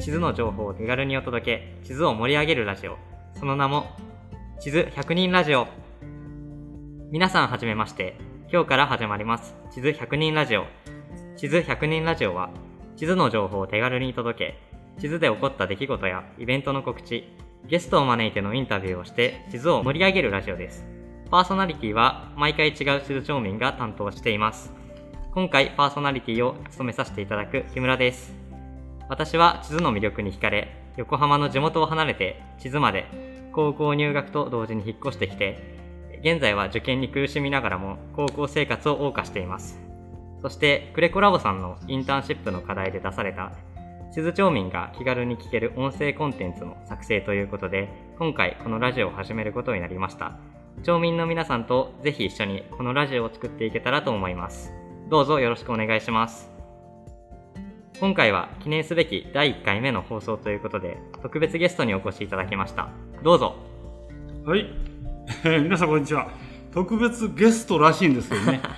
地図の情報を手軽にお届け、地図を盛り上げるラジオ。その名も、地図100人ラジオ。皆さんはじめまして。今日から始まります、地図100人ラジオ。地図100人ラジオは、地図の情報を手軽に届け、地図で起こった出来事やイベントの告知、ゲストを招いてのインタビューをして、地図を盛り上げるラジオです。パーソナリティは、毎回違う地図町民が担当しています。今回パーソナリティを務めさせていただく木村です。私は地図の魅力に惹かれ、横浜の地元を離れて地図まで高校入学と同時に引っ越してきて、現在は受験に苦しみながらも高校生活を謳歌しています。そしてクレコラボさんのインターンシップの課題で出された地図町民が気軽に聞ける音声コンテンツの作成ということで、今回このラジオを始めることになりました。町民の皆さんとぜひ一緒にこのラジオを作っていけたらと思います。どうぞよろしくお願いします。今回は記念すべき第1回目の放送ということで、特別ゲストにお越しいただきました。どうぞ。 はい、皆さんこんにちは。特別ゲストらしいんですけどね。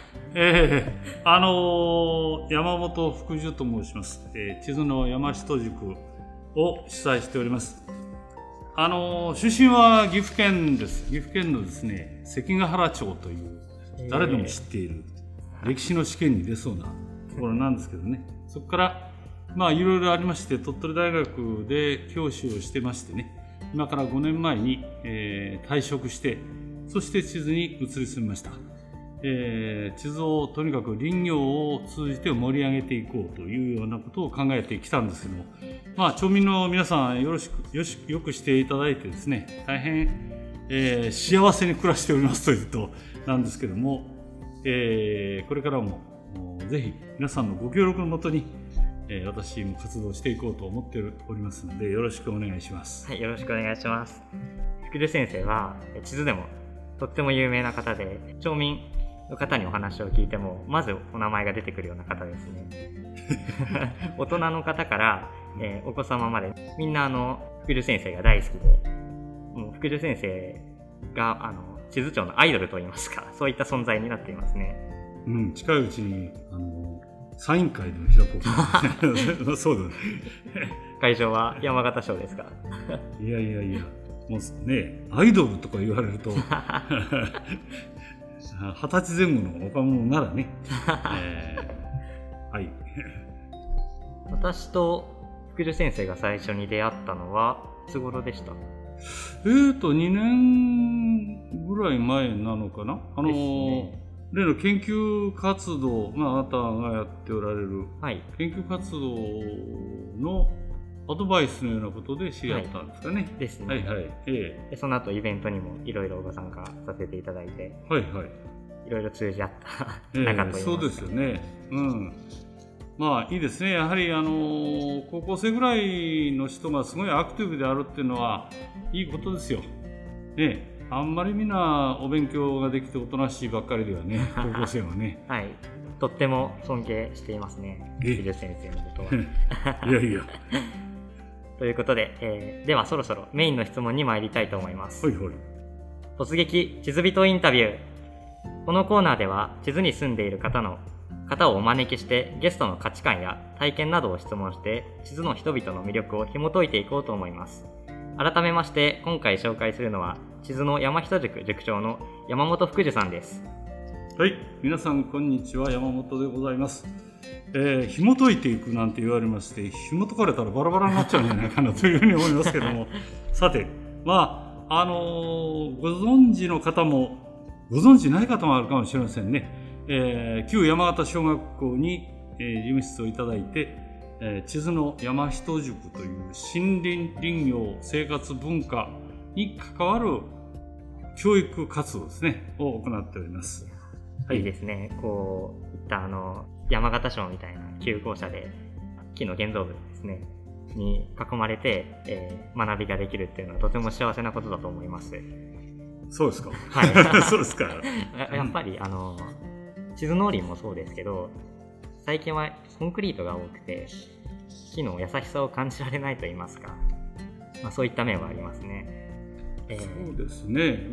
山本福寿と申します。地図の山下塾を主催しております。出身は岐阜県です。岐阜県のですね、関ヶ原町という誰でも知っている歴史の試験に出そうなところなんですけどね。そこからいろいろありまして、鳥取大学で教師をしてましてね、今から5年前に、退職して、そして地図に移り住みました。地図をとにかく林業を通じて盛り上げていこうというようなことを考えてきたんですけども、町民の皆さんよくしていただいてですね、大変、幸せに暮らしておりますというとなんですけども、これからもぜひ皆さんのご協力のもとに私も活動していこうと思っておりますので、よろしくお願いします。 はい、よろしくお願いします。福寿先生は地図でもとっても有名な方で、町民の方にお話を聞いてもまずお名前が出てくるような方ですね。大人の方から、お子様までみんな福寿先生が大好きで、もう福寿先生が地図庁のアイドルといいますか、そういった存在になっていますね。 近いうちにサイン会でも開こうか。そうだね。 会場は山形賞ですか？ いや、もうね、アイドルとか言われると、20歳前後の若者ならね。はい。 私と福寿先生が最初に出会ったのはいつ頃でした？ 2年ぐらい前なのかな。例の研究活動、あなたがやっておられる研究活動のアドバイスのようなことで知り合ったんですかね。 ですね。でその後イベントにもいろいろご参加させていただいて、いろいろ通じ合った仲といいますか。 そうですよね。いいですね。やはり高校生ぐらいの人がすごいアクティブであるっていうのはいいことですよ。あんまりみんなお勉強ができておとなしいばっかりではね、高校生はね。 はい。とっても尊敬していますね、福寿先生のことは。 いや。 ということで、ではそろそろメインの質問に参りたいと思います。突撃地図人インタビュー。このコーナーでは地図に住んでいる方をお招きしてゲストの価値観や体験などを質問して地図の人々の魅力を紐解いていこうと思います。改めまして今回紹介するのは地図の山下塾塾長の山本福寿さんです。 はい、皆さんこんにちは、山本でございます。紐解いていくなんて言われまして、紐解かれたらバラバラになっちゃうんじゃないかなというふうに思いますけどもさて、ご存知の方もご存知ない方もあるかもしれませんね。旧山形小学校に、事務室をいただいて、地図の山下塾という森林林業生活文化に関わる教育活動ですねを行っております。 いいですね。こういった山形賞みたいな旧校舎で木の建造物ですねに囲まれて、学びができるっていうのはとても幸せなことだと思います。 そうですか。 はい。 そうですか。 やっぱり地図農林もそうですけど、最近はコンクリートが多くて木の優しさを感じられないと言いますか、そういった面はありますね。 そうですね。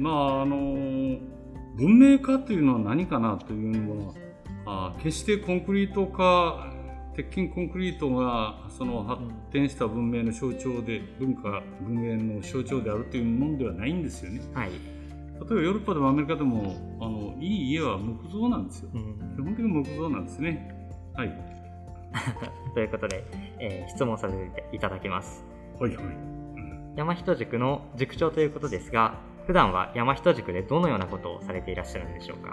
文明化というのは何かなというのは、決してコンクリート化鉄筋コンクリートがその発展した文明の象徴で、文明の象徴であるというものではないんですよね。 はい。 例えばヨーロッパでもアメリカでもいい家は木造なんですよ。基本的に木造なんですね。はい。 ということで、質問させていただきます。 はいはい。 山人塾の塾長ということですが、普段は山人塾でどのようなことをされていらっしゃるんでしょうか。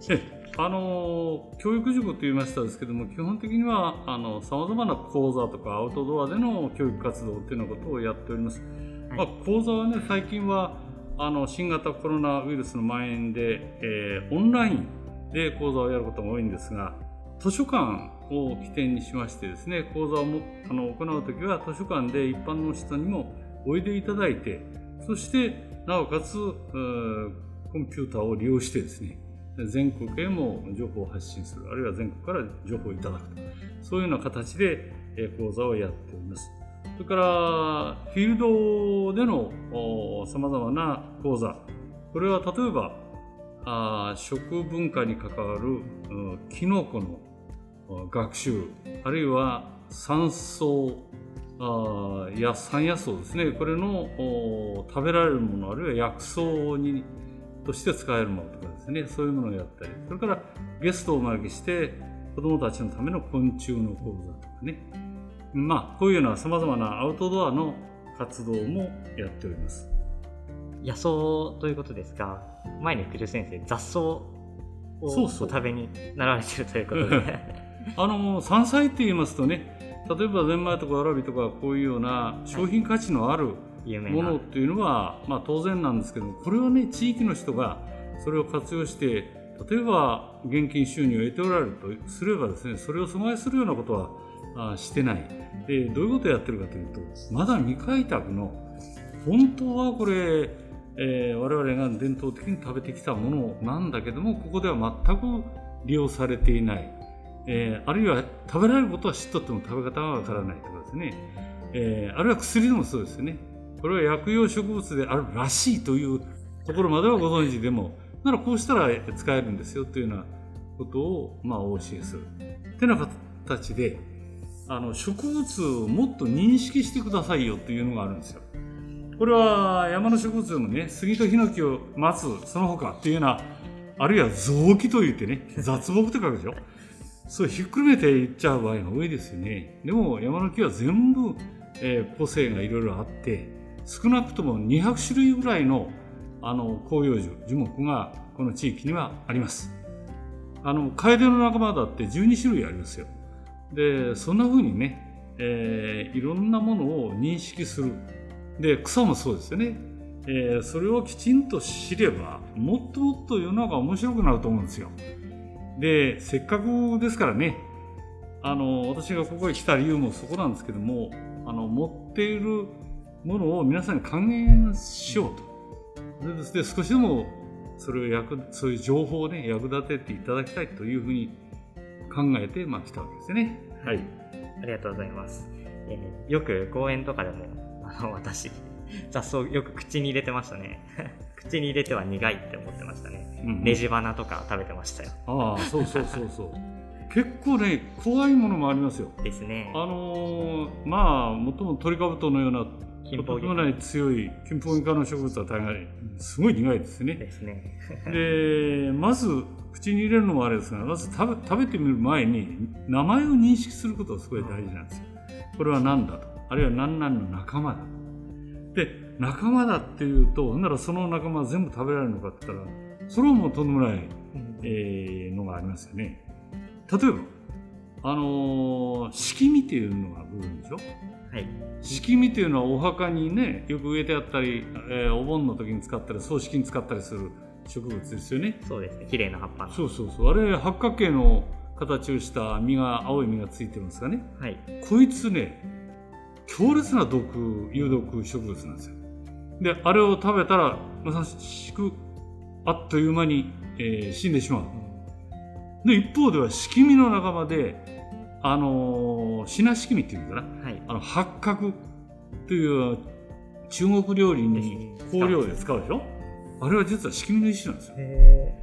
教育塾と言いましたですけども、基本的にはさまざまな講座とかアウトドアでの教育活動というようなことをやっております。はい。講座はね、最近は新型コロナウイルスの蔓延で、オンラインで講座をやることが多いんですが、図書館を起点にしましてですね、講座を行うときは図書館で一般の人にもおいでいただいて、そしてなおかつコンピューターを利用してですね、全国へも情報を発信する、あるいは全国から情報をいただくと、そういうような形で講座をやっております。それからフィールドでのさまざまな講座、これは例えば食文化に関わるキノコの学習、あるいは山草や山野草ですね、これの食べられるもの、あるいは薬草として使えるものとかですね、そういうものをやったり、それからゲストをお招きして子どもたちのための昆虫の講座とかね、こういうようなさまざまなアウトドアの活動もやっております。 野草ということですが、前に久住先生、雑草をお食べになられているということで山菜って言いますとね、例えばゼンマイとかアラビとかこういうような商品価値のあるものっていうのは、当然なんですけど、これはね、地域の人がそれを活用して例えば現金収入を得ておられるとすればですね、それを阻害するようなことはしてない。でどういうことをやってるかというと、まだ未開拓の本当はこれ、我々が伝統的に食べてきたものなんだけども、ここでは全く利用されていない、あるいは食べられることは知っとっても食べ方がわからないとかですね、あるいは薬でもそうですよね。これは薬用植物であるらしいというところまではご存知でも、ならこうしたら使えるんですよというようなことをお教えするというような形で、植物をもっと認識してくださいよというのがあるんですよ。これは山の植物でもね、杉とヒノキを松その他っていうような、あるいは雑木といってね、雑木って書くでしょ。そうひっくるめていっちゃう場合が多いですよね。でも山の木は全部、個性がいろいろあって、少なくとも200種類ぐらいの広葉樹、樹木がこの地域にはあります。カエデの仲間だって12種類ありますよ。でそんな風にね、いろんなものを認識する。で草もそうですよね。それをきちんと知れば、もっともっと世の中面白くなると思うんですよ。でせっかくですからね、私がここへ来た理由もそこなんですけども、持っているものを皆さんに還元しようと。で少しでもそういう情報をね、役立てていただきたいというふうに考えて来たわけですね。はい。 ありがとうございます。よく公園とかでも私雑草よく口に入れてましたね。口に入れては苦いって思ってましたね。ネジ花とか食べてましたよ。 ああ、そう結構ね、怖いものもありますよ。 ですね。 最もトリカブトのようなとてもない強いキンポウゲ科の植物は大概すごい苦いですね。 ですね。 でまず口に入れるのもあれですが、まず食べてみる前に名前を認識することがすごい大事なんですよ。これは何だと、あるいは何々の仲間だ。で仲間だっていうと、ほんならその仲間は全部食べられるのかって言ったら、それはもうとんでもない、のがありますよね。例えばシキミっていうのが来るんでしょ。 はい、 シキミというのはお墓にね、よく植えてあったり、お盆の時に使ったり葬式に使ったりする植物ですよね。 そうですね、綺麗な葉っぱの。 そうあれ八角形の形をした青い実がついてますがね、 はい、 こいつね、強烈な有毒植物なんですよ。であれを食べたらまさしくあっという間に、死んでしまう。で一方ではシキミの仲間でシナシキミっていうのかな、はい、八角という中国料理に香料で使うでしょ。あれは実はシキミの一種なんですよ。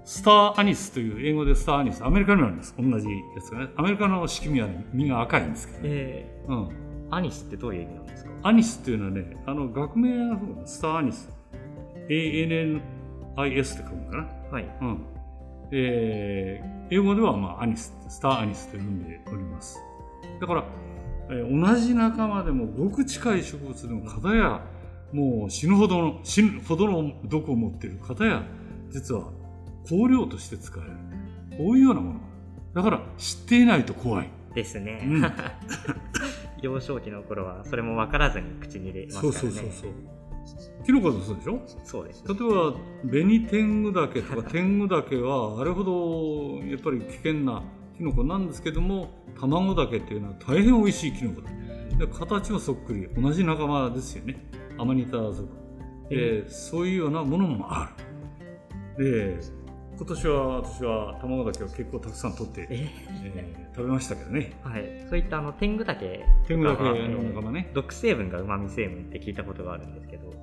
スターアニスという、英語でスターアニス、アメリカにもあります。同じやつがね。アメリカの仕組みはね、実が赤いんですけどね。 アニスってどういう意味なんですか？ アニスっていうのはね、学名の方がスターアニス。ANNIS って書くのかな。 はい。 英語では、アニス、スターアニスと呼んでおります。だから、同じ仲間でもごく近い植物でも片やもう死ぬほどの毒を持っている、片や実は香料として使える、こういうようなものだから知っていないと怖いですね。幼少期の頃はそれも分からずに口に入れますからね。 そうキノコだとそうでしょ。 そうです、 例えば紅天狗岳とか天狗岳はあれほどやっぱり危険なキノコなんですけども、卵岳っていうのは大変美味しいキノコだ。で形もそっくり同じ仲間ですよね。アマニタ属。そういうようなものもある。で今年は私は卵岳を結構たくさん取って、食べましたけどね。 はい。そういった天狗岳の仲間ね。 毒成分がうまみ成分って聞いたことがあるんですけど。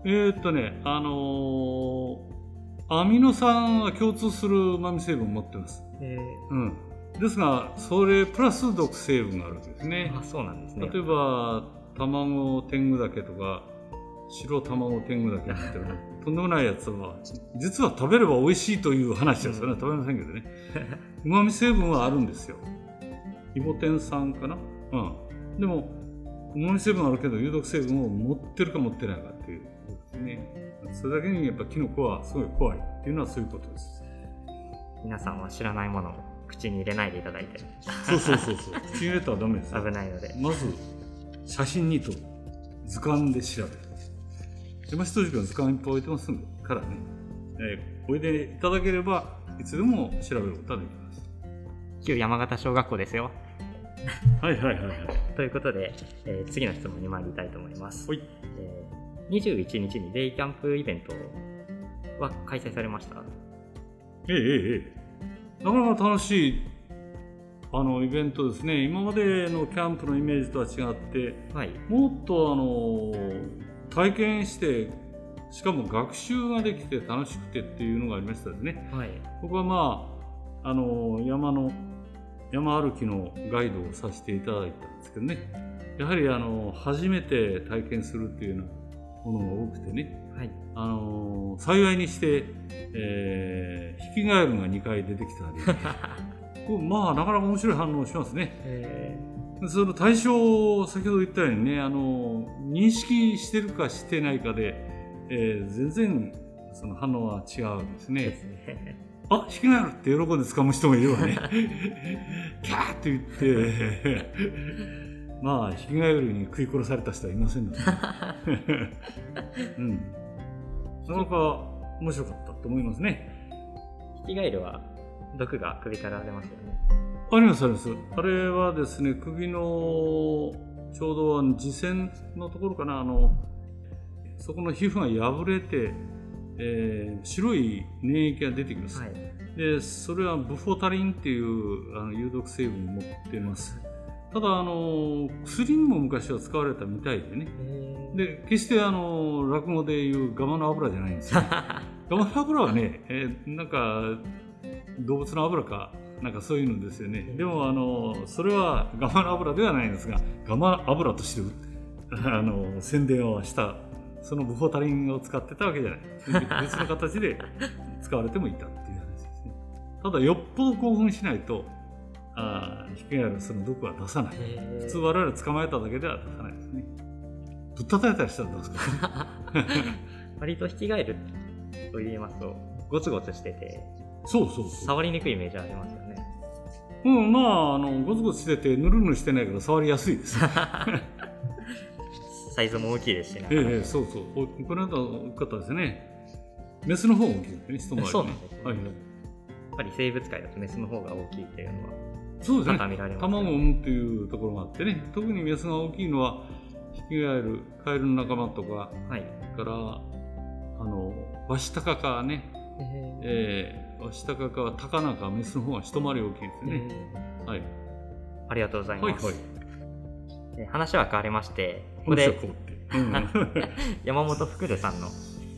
アミノ酸は共通するうまみ成分を持ってます。ですがそれプラス毒成分があるんですね。 そうなんですね。 例えば卵天狗岳とか白卵天狗岳ってとんでもないやつは実は食べれば美味しいという話ですよね。食べませんけどね。うまみ成分はあるんですよ。イボテン酸かな。でもうまみ成分あるけど有毒成分を持ってるか持ってないかっていうことですね。それだけにやっぱキノコはすごい怖いっていうのはそういうことです。 皆さんは知らないものを口に入れないでいただいて。 そう口に入れたらダメですよ。 危ないので。 まず写真にと図鑑で調べる。山下塾の図鑑いっぱい置いてますからね、おいでいただければいつでも調べることができます。 旧山形小学校ですよ。 はい。 ということで、次の質問に参りたいと思います。21日にデイキャンプイベントは開催されました？ なかなか楽しいイベントですね。今までのキャンプのイメージとは違って、もっと体験してしかも学習ができて楽しくてっていうのがありましたですね。僕は山歩きのガイドをさせていただいたんですけどね、やはり初めて体験するっていうようなものが多くてね、幸いにして、ヒキガエルが2回出てきたりなかなか面白い反応をしますね。その対象を先ほど言ったようにね、認識してるかしてないかで、全然その反応は違うんですね。ヒキガエルって喜んで掴む人もいればねキャーって言ってヒキガエルに食い殺された人はいませんので、なかなか面白かったと思いますね。 ヒキガエルは毒が首から出ますよね。 あります。あれはですね、首のちょうど耳栓のところかな、そこの皮膚が破れて、白い粘液が出てきます。でそれはブフォタリンっていう有毒成分を持っています。ただ薬にも昔は使われたみたいでね。で決して落語でいうガマの油じゃないんですよ。ガマの油はね、なんか動物の油かなんかそういうのですよね。でもそれはガマの油ではないんですが、ガマ油として宣伝をしたそのブフォタリンを使ってたわけじゃない。別の形で使われてもいたっていう話ですね。ただよっぽど興奮しないとヒキガエルその毒は出さない。普通我々捕まえただけでは出さないですね。ぶったたいたりしたら出すから割とヒキガエルと言いますとゴツゴツしてて、 そう触りにくいイメージありますよね。 ゴツゴツしててヌルヌルしてないから触りやすいですサイズも大きいですしね。 この間大きかったですね。メスの方が大きいですね、一回りね。 そうなんですね。やっぱり生物界だとメスの方が大きいっていうのはそうですね。 見られますね。 卵を産むっていうところがあってね、特にメスが大きいのはヒキガエル、カエルの仲間とか、からワシタカカね、ワシタカカはタカナカ、メスの方が一回り大きいですね。 ありがとうございます。話は変わりまして、ここで山本福留さんの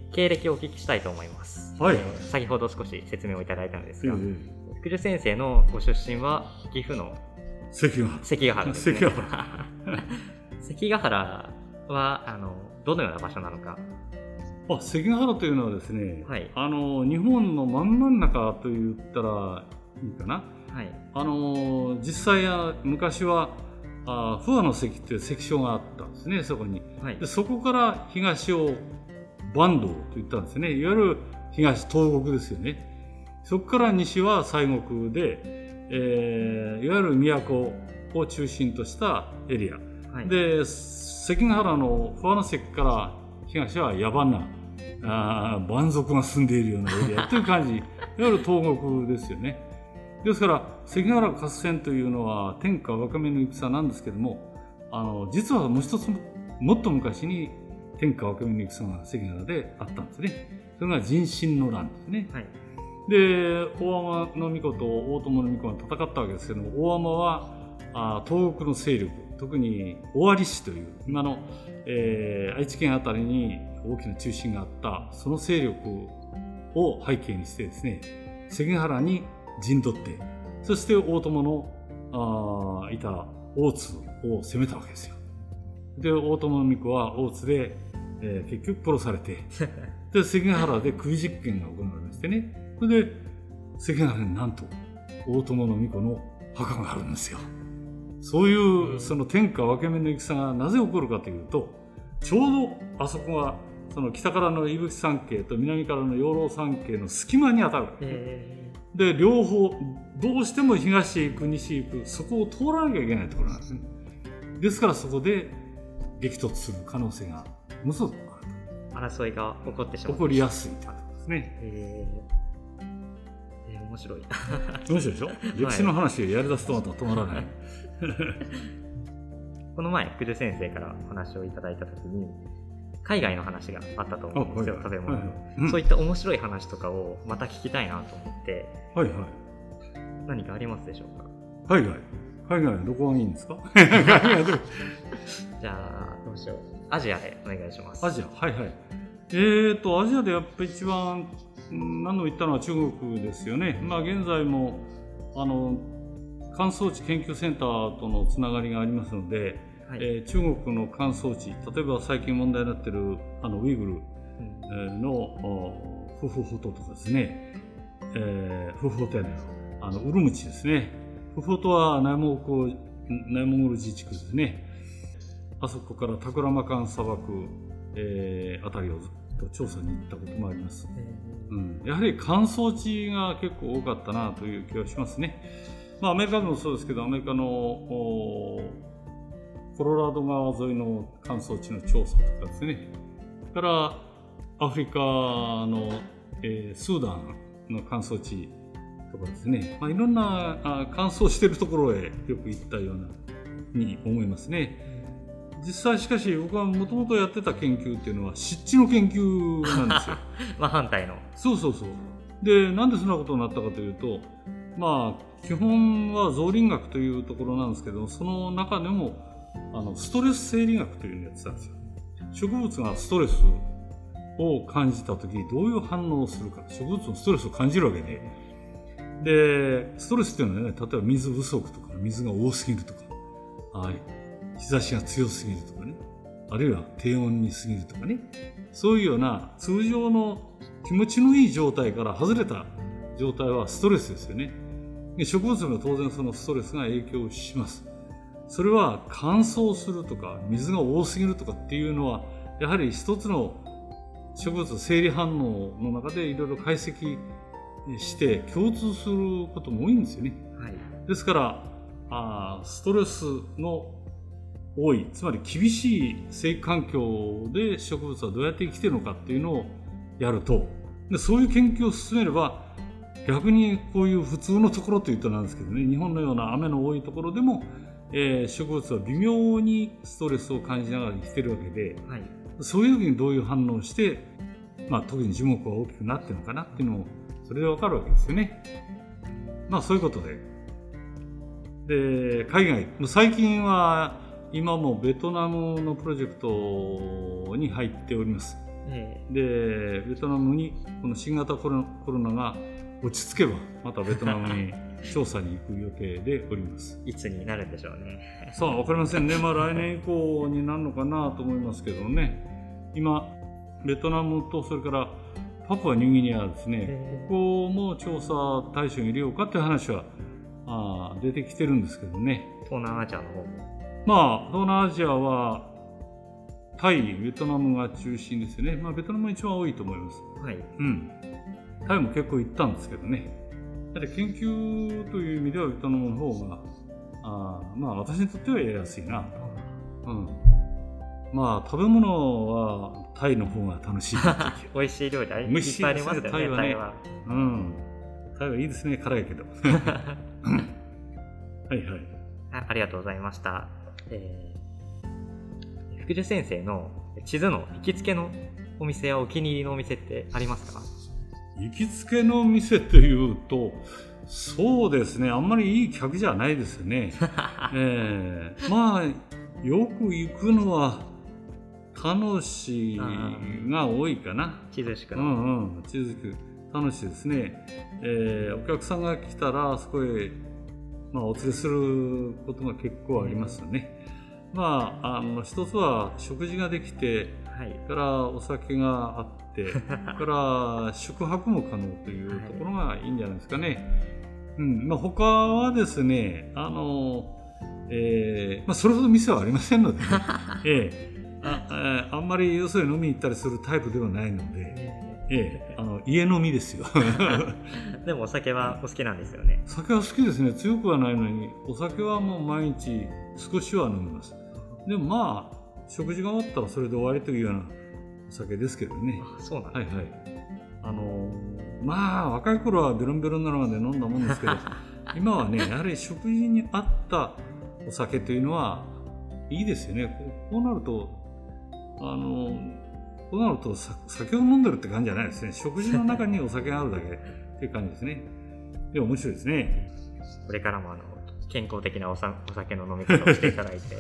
経歴をお聞きしたいと思います。 はい。 先ほど少し説明をいただいたんですが、 え福寿先生のご出身は岐阜の関ヶ原。 関ヶ原ですね。 関ヶ原。 関ヶ原はどのような場所なのか。 関ヶ原というのはですね、 はい、 日本の真ん中と言ったらいいかな。 はい、 実際昔は不破の関という関所があったんですね、そこに。 はい、 でそこから東を坂東と言ったんですね。いわゆる東国ですよね。そこから西は西国で、いわゆる都を中心としたエリア。はい、で関ヶ原の不破の関から東は野蛮な蛮族が住んでいるようなエリアという感じ。いわゆる東国ですよね。ですから関ヶ原合戦というのは天下分け目の戦なんですけども、実はもう一つもっと昔に天下分け目の戦が関ヶ原であったんですね。それが壬申の乱ですね。はい、で大天の皇と大友の皇が戦ったわけですけども、大天は東国の勢力、特に尾張市という今の、愛知県あたりに大きな中心があったその勢力を背景にしてですね、関ヶ原に陣取って、そして大友のいた大津を攻めたわけですよ。で大友の皇は大津で、結局殺されてで関ヶ原で首実験が行われましてね、それで関ヶ原になんと大友の皇の墓があるんですよ。そういうその天下分け目の戦がなぜ起こるかというと、ちょうどあそこがその北からの伊吹山系と南からの養老山系の隙間に当たるわけで、両方どうしても東へ行く西へ行く、そこを通らなきゃいけないところなんですね。ですからそこで激突する可能性がものすごくあると。 争いが起こってしまう。 起こりやすいということですね。 面白い。 面白いでしょ。歴史の話をやりだすとまた止まらない。 この前福寿先生からお話をいただいたときに海外の話があったと思うんですよ、食べ物の、そういった面白い話とかをまた聞きたいなと思って、はいはい、何かありますでしょうか。 海外はどこがいいんですか。 じゃあどうしよう、アジアでお願いします。 アジア、はいはい。アジアでやっぱり一番何度も言ったのは中国ですよね。現在も乾燥地研究センターとのつながりがありますので、はい、中国の乾燥地、例えば最近問題になっているウイグルのフフホトとかですね、フフホトやウルムチですね。フフホトは内モンゴル自治区ですね。あそこからタクラマカン砂漠、あたりをずっと調査に行ったこともあります。やはり乾燥地が結構多かったなという気がしますね。アメリカでもそうですけど、アメリカのコロラド川沿いの乾燥地の調査とかですね、それからアフリカの、スーダンの乾燥地とかですね、いろんな乾燥しているところへよく行ったようなに思いますね。実際しかし僕はもともとやってた研究っていうのは湿地の研究なんですよ。 反対の。 そうで、なんでそんなことになったかというと、基本は造林学というところなんですけど、その中でもストレス生理学というのをやってたんですよ。植物がストレスを感じた時にどういう反応をするか、植物のストレスを感じるわけで、ストレスっていうのはね、例えば水不足とか水が多すぎるとか、日差しが強すぎるとかね、あるいは低温に過ぎるとかね、そういうような通常の気持ちのいい状態から外れた状態はストレスですよね。植物には当然そのストレスが影響します。それは乾燥するとか水が多すぎるとかっていうのはやはり一つの植物生理反応の中でいろいろ解析して共通することも多いんですよね。ですからストレスの多い、つまり厳しい生育環境で植物はどうやって生きているのかっていうのをやると、そういう研究を進めれば逆にこういう普通のところというとなんですけどね、日本のような雨の多いところでも、植物は微妙にストレスを感じながら生きているわけで、そういう時にどういう反応をして、特に樹木が大きくなっているのかなっていうのもそれで分かるわけですよね。そういうことで、海外最近は今もベトナムのプロジェクトに入っております。 でベトナムにこの新型コロナが落ち着けばまたベトナムに調査に行く予定でおりますいつになるんでしょうね。 さあ分かりませんね、来年以降になるのかなと思いますけどね。今ベトナムとそれからパプアニューギニアですね、ここも調査対象に入れようかっていう話は出てきてるんですけどね。 東南アジアの方も東南アジアはタイ、ベトナムが中心ですよね。ベトナムが一番多いと思います。 はい。 タイも結構行ったんですけどね。だって研究という意味ではベトナムの方が私にとってはやりやすいな。食べ物はタイの方が楽しい美味しい料理いっぱいありますよね、タイは。 タイはいいですね、辛いけど。はいはい。 ありがとうございました。福寿先生の地図の行きつけのお店やお気に入りのお店ってありますか？ 行きつけの店というと、そうですね、あんまりいい客じゃないですよね。よく行くのは楽しが多いかな。 地図宿の。 地図宿楽しいですね。お客さんが来たらそこへお連れすることが結構ありますよね。一つは食事ができて、からお酒があってから宿泊も可能というところがいいんじゃないですかね。他はですね、それほど店はありませんので、あんまりよそへ飲みに行ったりするタイプではないので、家飲みですよ。 でもお酒はお好きなんですよね。 酒は好きですね。強くはないのにお酒はもう毎日少しは飲みます。でも食事が終わったらそれで終わりというようなお酒ですけどね。 そうなんですね。 若い頃はベロンベロンなのまで飲んだもんですけど今はね、やはり食事に合ったお酒というのはいいですよね。こうなると酒を飲んでるって感じじゃないですね。食事の中にお酒があるだけっていう感じですね。でも面白いですね。 これからも健康的なお酒の飲み方をしていただいて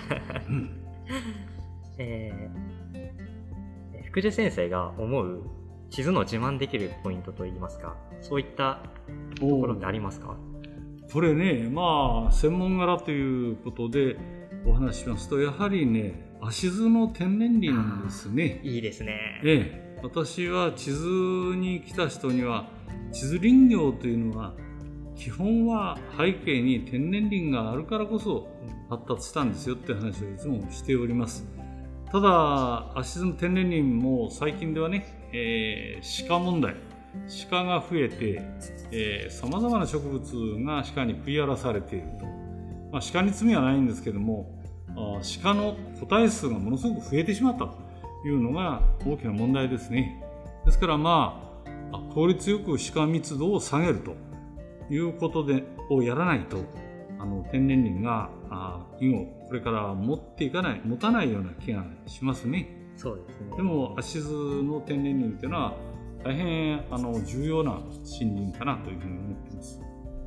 福寿先生が思う地図の自慢できるポイントといいますか、そういったところってありますか？ これね、専門柄ということでお話ししますと、やはりね、芦津の天然林ですね。 いいですね。 私は地図に来た人には、地図林業というのは基本は背景に天然林があるからこそ発達したんですよって話をいつもしております。ただ芦津の天然林も最近ではね、鹿問題、鹿が増えてさまざまな植物が鹿に食い荒らされていると。鹿に罪はないんですけども、鹿の個体数がものすごく増えてしまったというのが大きな問題ですね。ですから効率よく鹿密度を下げるということをやらないと、天然林が以後これから持たないような気がしますね。 そうですね。 でも芦津の天然林というのは大変重要な森林かなというふうに思っています。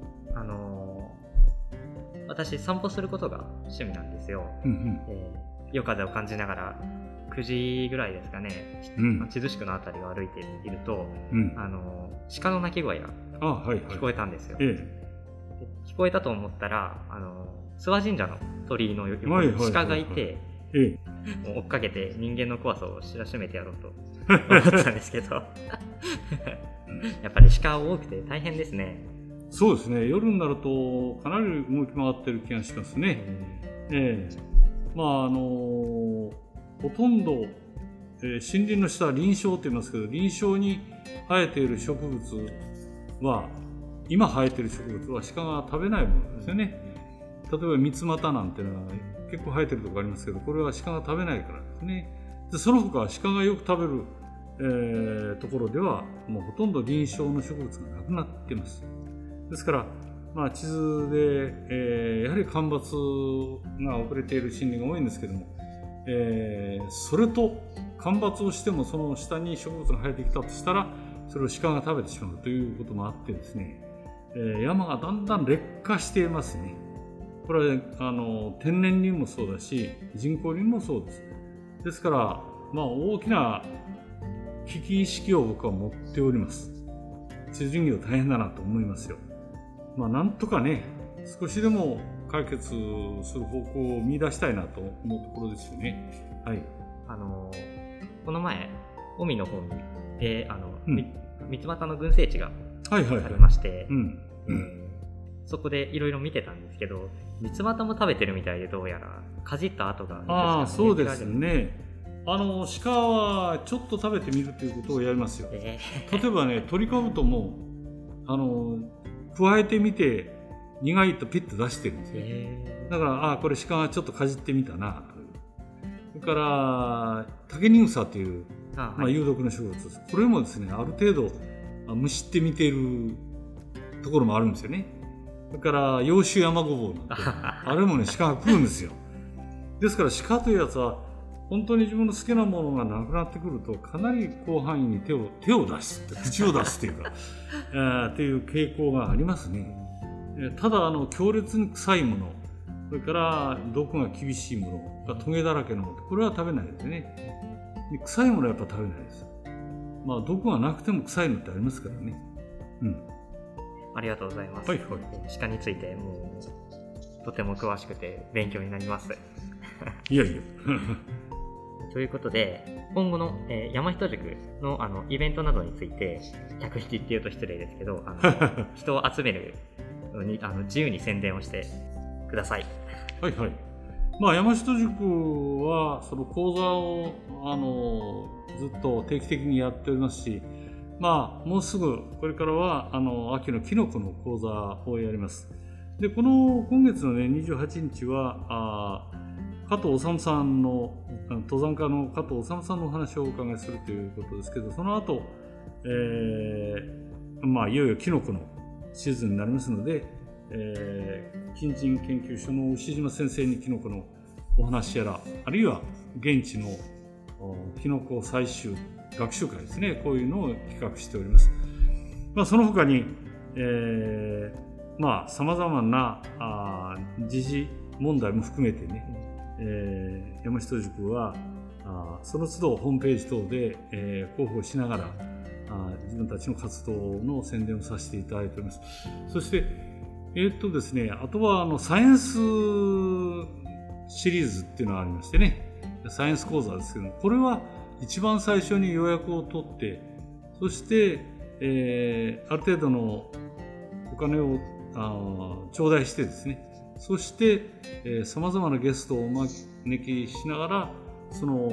私散歩することが趣味なんですよ。夜風を感じながら9時ぐらいですかね、地図宿のあたりを歩いていると、鹿の鳴き声が聞こえたんですよ。聞こえたと思ったら諏訪神社の鳥居の横に鹿がいて、もう追っかけて人間の怖さを知らしめてやろうと思ったんですけどやっぱり鹿多くて大変ですね。 そうですね、夜になるとかなり動き回ってる気がしますね。ほとんど、森林の下は林床と言いますけど、林床に生えている植物は、今生えている植物は鹿が食べないものですよね。例えば三つ股なんていうのは結構生えてるところありますけど、これは鹿が食べないからですね。でその他鹿がよく食べる、ところではもうほとんど林床の植物がなくなっています。ですから、地図で、やはり干ばつが遅れている森林が多いんですけども、それと干ばつをしてもその下に植物が生えてきたとしたらそれを鹿が食べてしまうということもあってですね、山がだんだん劣化していますね。これは天然林もそうだし人工林もそうです。ですから、大きな危機意識を僕は持っております。地図林業大変だなと思いますよ。なんとかね、少しでも解決する方向を見出したいなと思うところですよね。はい。 この前、尾身の方で、三つ俣の群生地がありまして、そこでいろいろ見てたんですけど、三つ俣も食べてるみたいで、どうやらかじった跡がそうですね。鹿はちょっと食べてみるということをやりますよ。例えばね、トリカブトも加えてみて苦いとピッと出してるんですよ。だからこれ鹿がちょっとかじってみたな。それからタケニグサという有毒の植物です。これもですね、ある程度むしってみているところもあるんですよね。それから洋州山ごぼうなんてあれもね、鹿が食うんですよ。ですから鹿というやつは本当に自分の好きなものがなくなってくると、かなり広範囲に手を出すって口を出すというかっていう傾向がありますね。ただ強烈に臭いもの、それから毒が厳しいものがトゲだらけのもの、これは食べないですね。で臭いものはやっぱ食べないです。毒がなくても臭いのってありますからね。 ありがとうございます。鹿についてもうとても詳しくて勉強になります。 いやいやということで、今後の、山人塾の、イベントなどについて、客引きっていうと失礼ですけど、人を集めるのに自由に宣伝をしてください。 山人塾はその講座をずっと定期的にやっておりますし、もうすぐこれからは秋のキノコの講座をやります。で、今月のね、28日は加藤治さんの登山家の加藤治さんのお話をお伺いするということですけど、その後、いよいよキノコのシーズンになりますので、近人研究所の牛島先生にキノコのお話やら、あるいは現地のキノコ採集学習会ですね、こういうのを企画しております。その他にさまざまな時事問題も含めてね、山人塾はその都度ホームページ等で、広報しながら自分たちの活動の宣伝をさせていただいております。そしてですね、あとはサイエンスシリーズっていうのがありましてね、サイエンス講座ですけども、これは一番最初に予約を取って、そして、ある程度のお金を頂戴してですね、そしてさまざまなゲストをお招きしながらその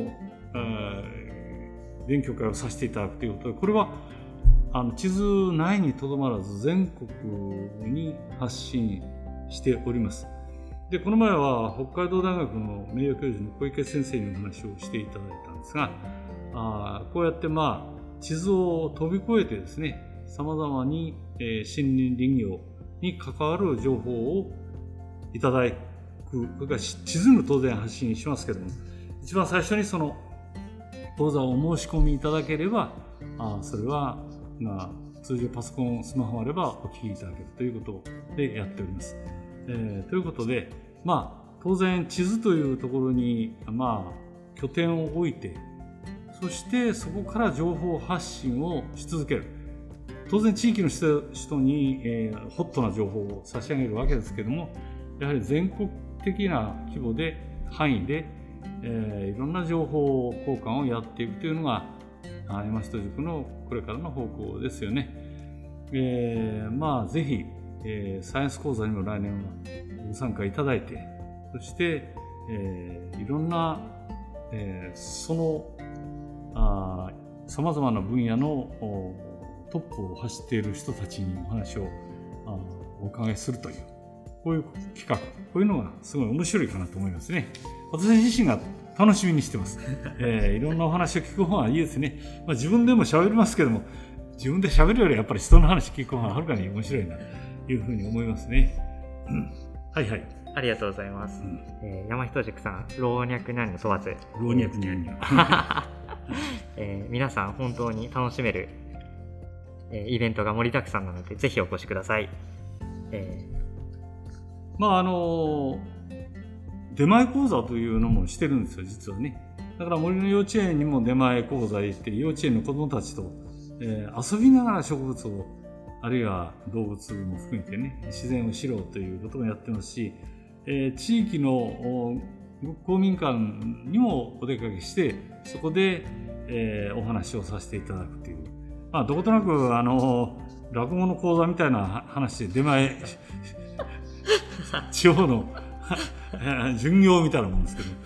勉強会をさせていただくということで、これは地図内にとどまらず全国に発信しております。で、この前は北海道大学の名誉教授の小池先生にお話をしていただいたんですが、こうやって地図を飛び越えてですね、さまざまに森林林業に関わる情報をいただく、それから地図も当然発信しますけども、一番最初にその講座をお申し込みいただければ、それは通常パソコン、スマホあればお聞きいただけるということでやっております。ということで、当然地図というところに拠点を置いて、そしてそこから情報発信をし続ける。当然地域の人に、ホットな情報を差し上げるわけですけども、やはり全国的な規模で範囲で、いろんな情報交換をやっていくというのが山人塾のこれからの方向ですよね。ぜひ、サイエンス講座にも来年はご参加いただいて、そして、いろんな、そのさまざまな分野のトップを走っている人たちにお話をお伺いするという、こういう企画、こういうのがすごい面白いかなと思いますね。私自身が楽しみにしてます。いろんなお話を聞く方がいいですね。自分でも喋りますけども、自分で喋るよりやっぱり人の話聞く方がはるかに面白いなというふうに思いますね。はい。 ありがとうございます。山人塾さん、老若男女問わず。 老若男女。 皆さん本当に楽しめる、イベントが盛りだくさんなので、ぜひお越しください。 出前講座というのもしてるんですよ、実はね。 だから森の幼稚園にも出前講座行って、幼稚園の子どもたちと、遊びながら植物を、あるいは動物も含めてね、自然を知ろうということもやってますし、地域の公民館にもお出かけして、そこで、お話をさせていただくという、どことなく落語の講座みたいな話で出前地方の巡業みたいなもんですけど、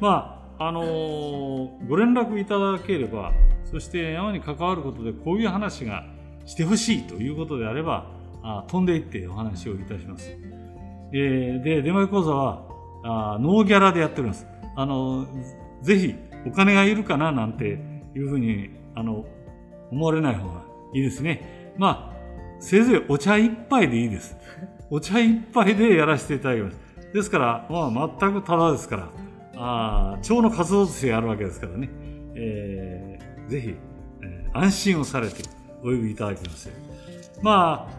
ご連絡いただければ、そして山に関わることでこういう話がしてほしいということであれば、飛んでいってお話をいたします。で、出前講座はノーギャラでやっております。ぜひお金がいるかななんていうふうに思われない方がいいですね。せいぜいお茶一杯でいいです。お茶一杯でやらせていただきます。ですから、全くタダですから、町の活動としてやるわけですからね。ぜひ、安心をされてお呼びいただきます。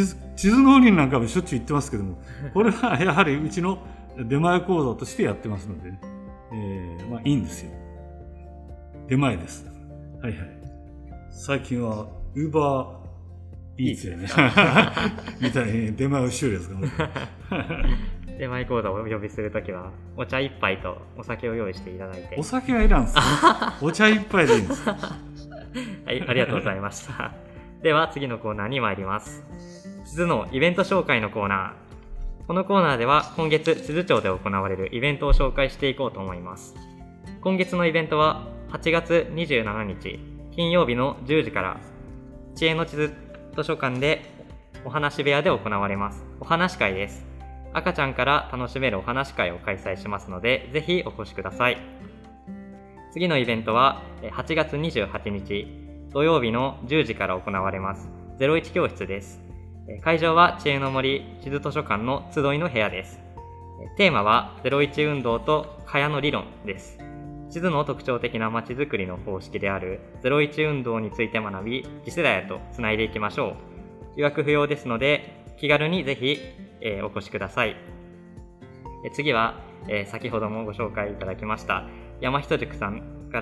地図農林なんかもしょっちゅう言ってますけども、これはやはりうちの出前講座としてやってますのでね、いいんですよ。出前です。はいはい。最近はウーバーイーツやねみたいに出前をしよるやつが出前講座をお呼びするときはお茶一杯とお酒を用意していただいて。 お酒はいらんすお茶一杯でいいんですはい、 ありがとうございましたでは次のコーナーに参ります。地図のイベント紹介のコーナー。このコーナーでは今月地図町で行われるイベントを紹介していこうと思います。今月のイベントは8月27日金曜日の10時から知恵の地図図書館でお話部屋で行われます。お話会です。赤ちゃんから楽しめるお話会を開催しますので、ぜひお越しください。次のイベントは8月28日土曜日の10時から行われます01教室です。会場は知恵の森地図図書館の集いの部屋です。テーマは01運動と蚊帳の理論です。地図の特徴的なまちづくりの方式である01運動について学び、次世代へとつないでいきましょう。予約不要ですので気軽にぜひ、お越しください。次は、先ほどもご紹介いただきました山人塾さんから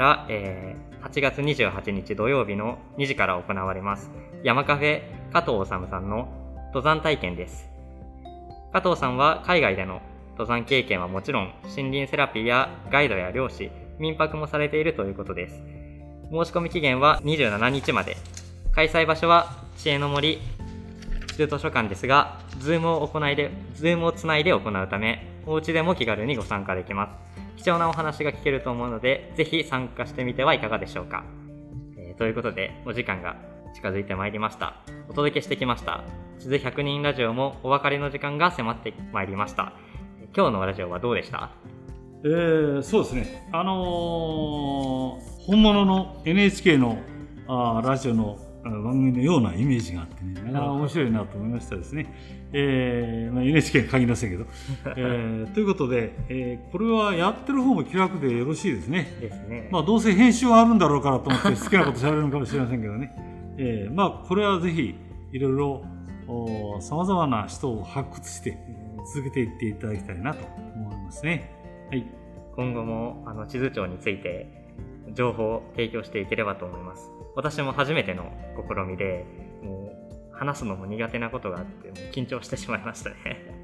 、8月28日土曜日の2時から行われます山カフェ加藤治さんの登山体験です。加藤さんは海外での登山経験はもちろん、森林セラピーやガイドや漁師、民泊もされているということです。申し込み期限は27日まで。開催場所は知恵の森地図図書館ですが、ズームをつないで行うため、お家でも気軽にご参加できます。貴重なお話が聞けると思うので、ぜひ参加してみてはいかがでしょうか。ということで、お時間が近づいてまいりました。お届けしてきました地図100人ラジオもお別れの時間が迫ってまいりました。今日のラジオはどうでした？ そうですね。本物の NHK のラジオの番組のようなイメージがあってね、なかなか面白いなと思いましたですね。NHK に限りませんけど。ということで、これはやってる方も気楽でよろしいですね。 ですね。 どうせ編集はあるんだろうからと思って好きなことしゃべるのかもしれませんけどね。これはぜひいろいろさまざまな人を発掘して続けていっていただきたいなと思いますね。はい。 今後も地図帳について情報を提供していければと思います。私も初めての試みで、もう話すのも苦手なことがあって緊張してしまいましたね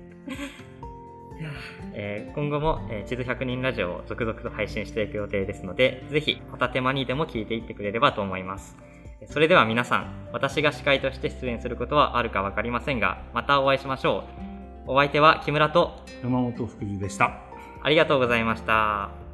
今後も地図100人ラジオを続々と配信していく予定ですので、ぜひ片手間にでも聞いていってくれればと思います。それでは皆さん、私が司会として出演することはあるか分かりませんが、またお会いしましょう。お相手は木村と山本福寿でした。 ありがとうございました。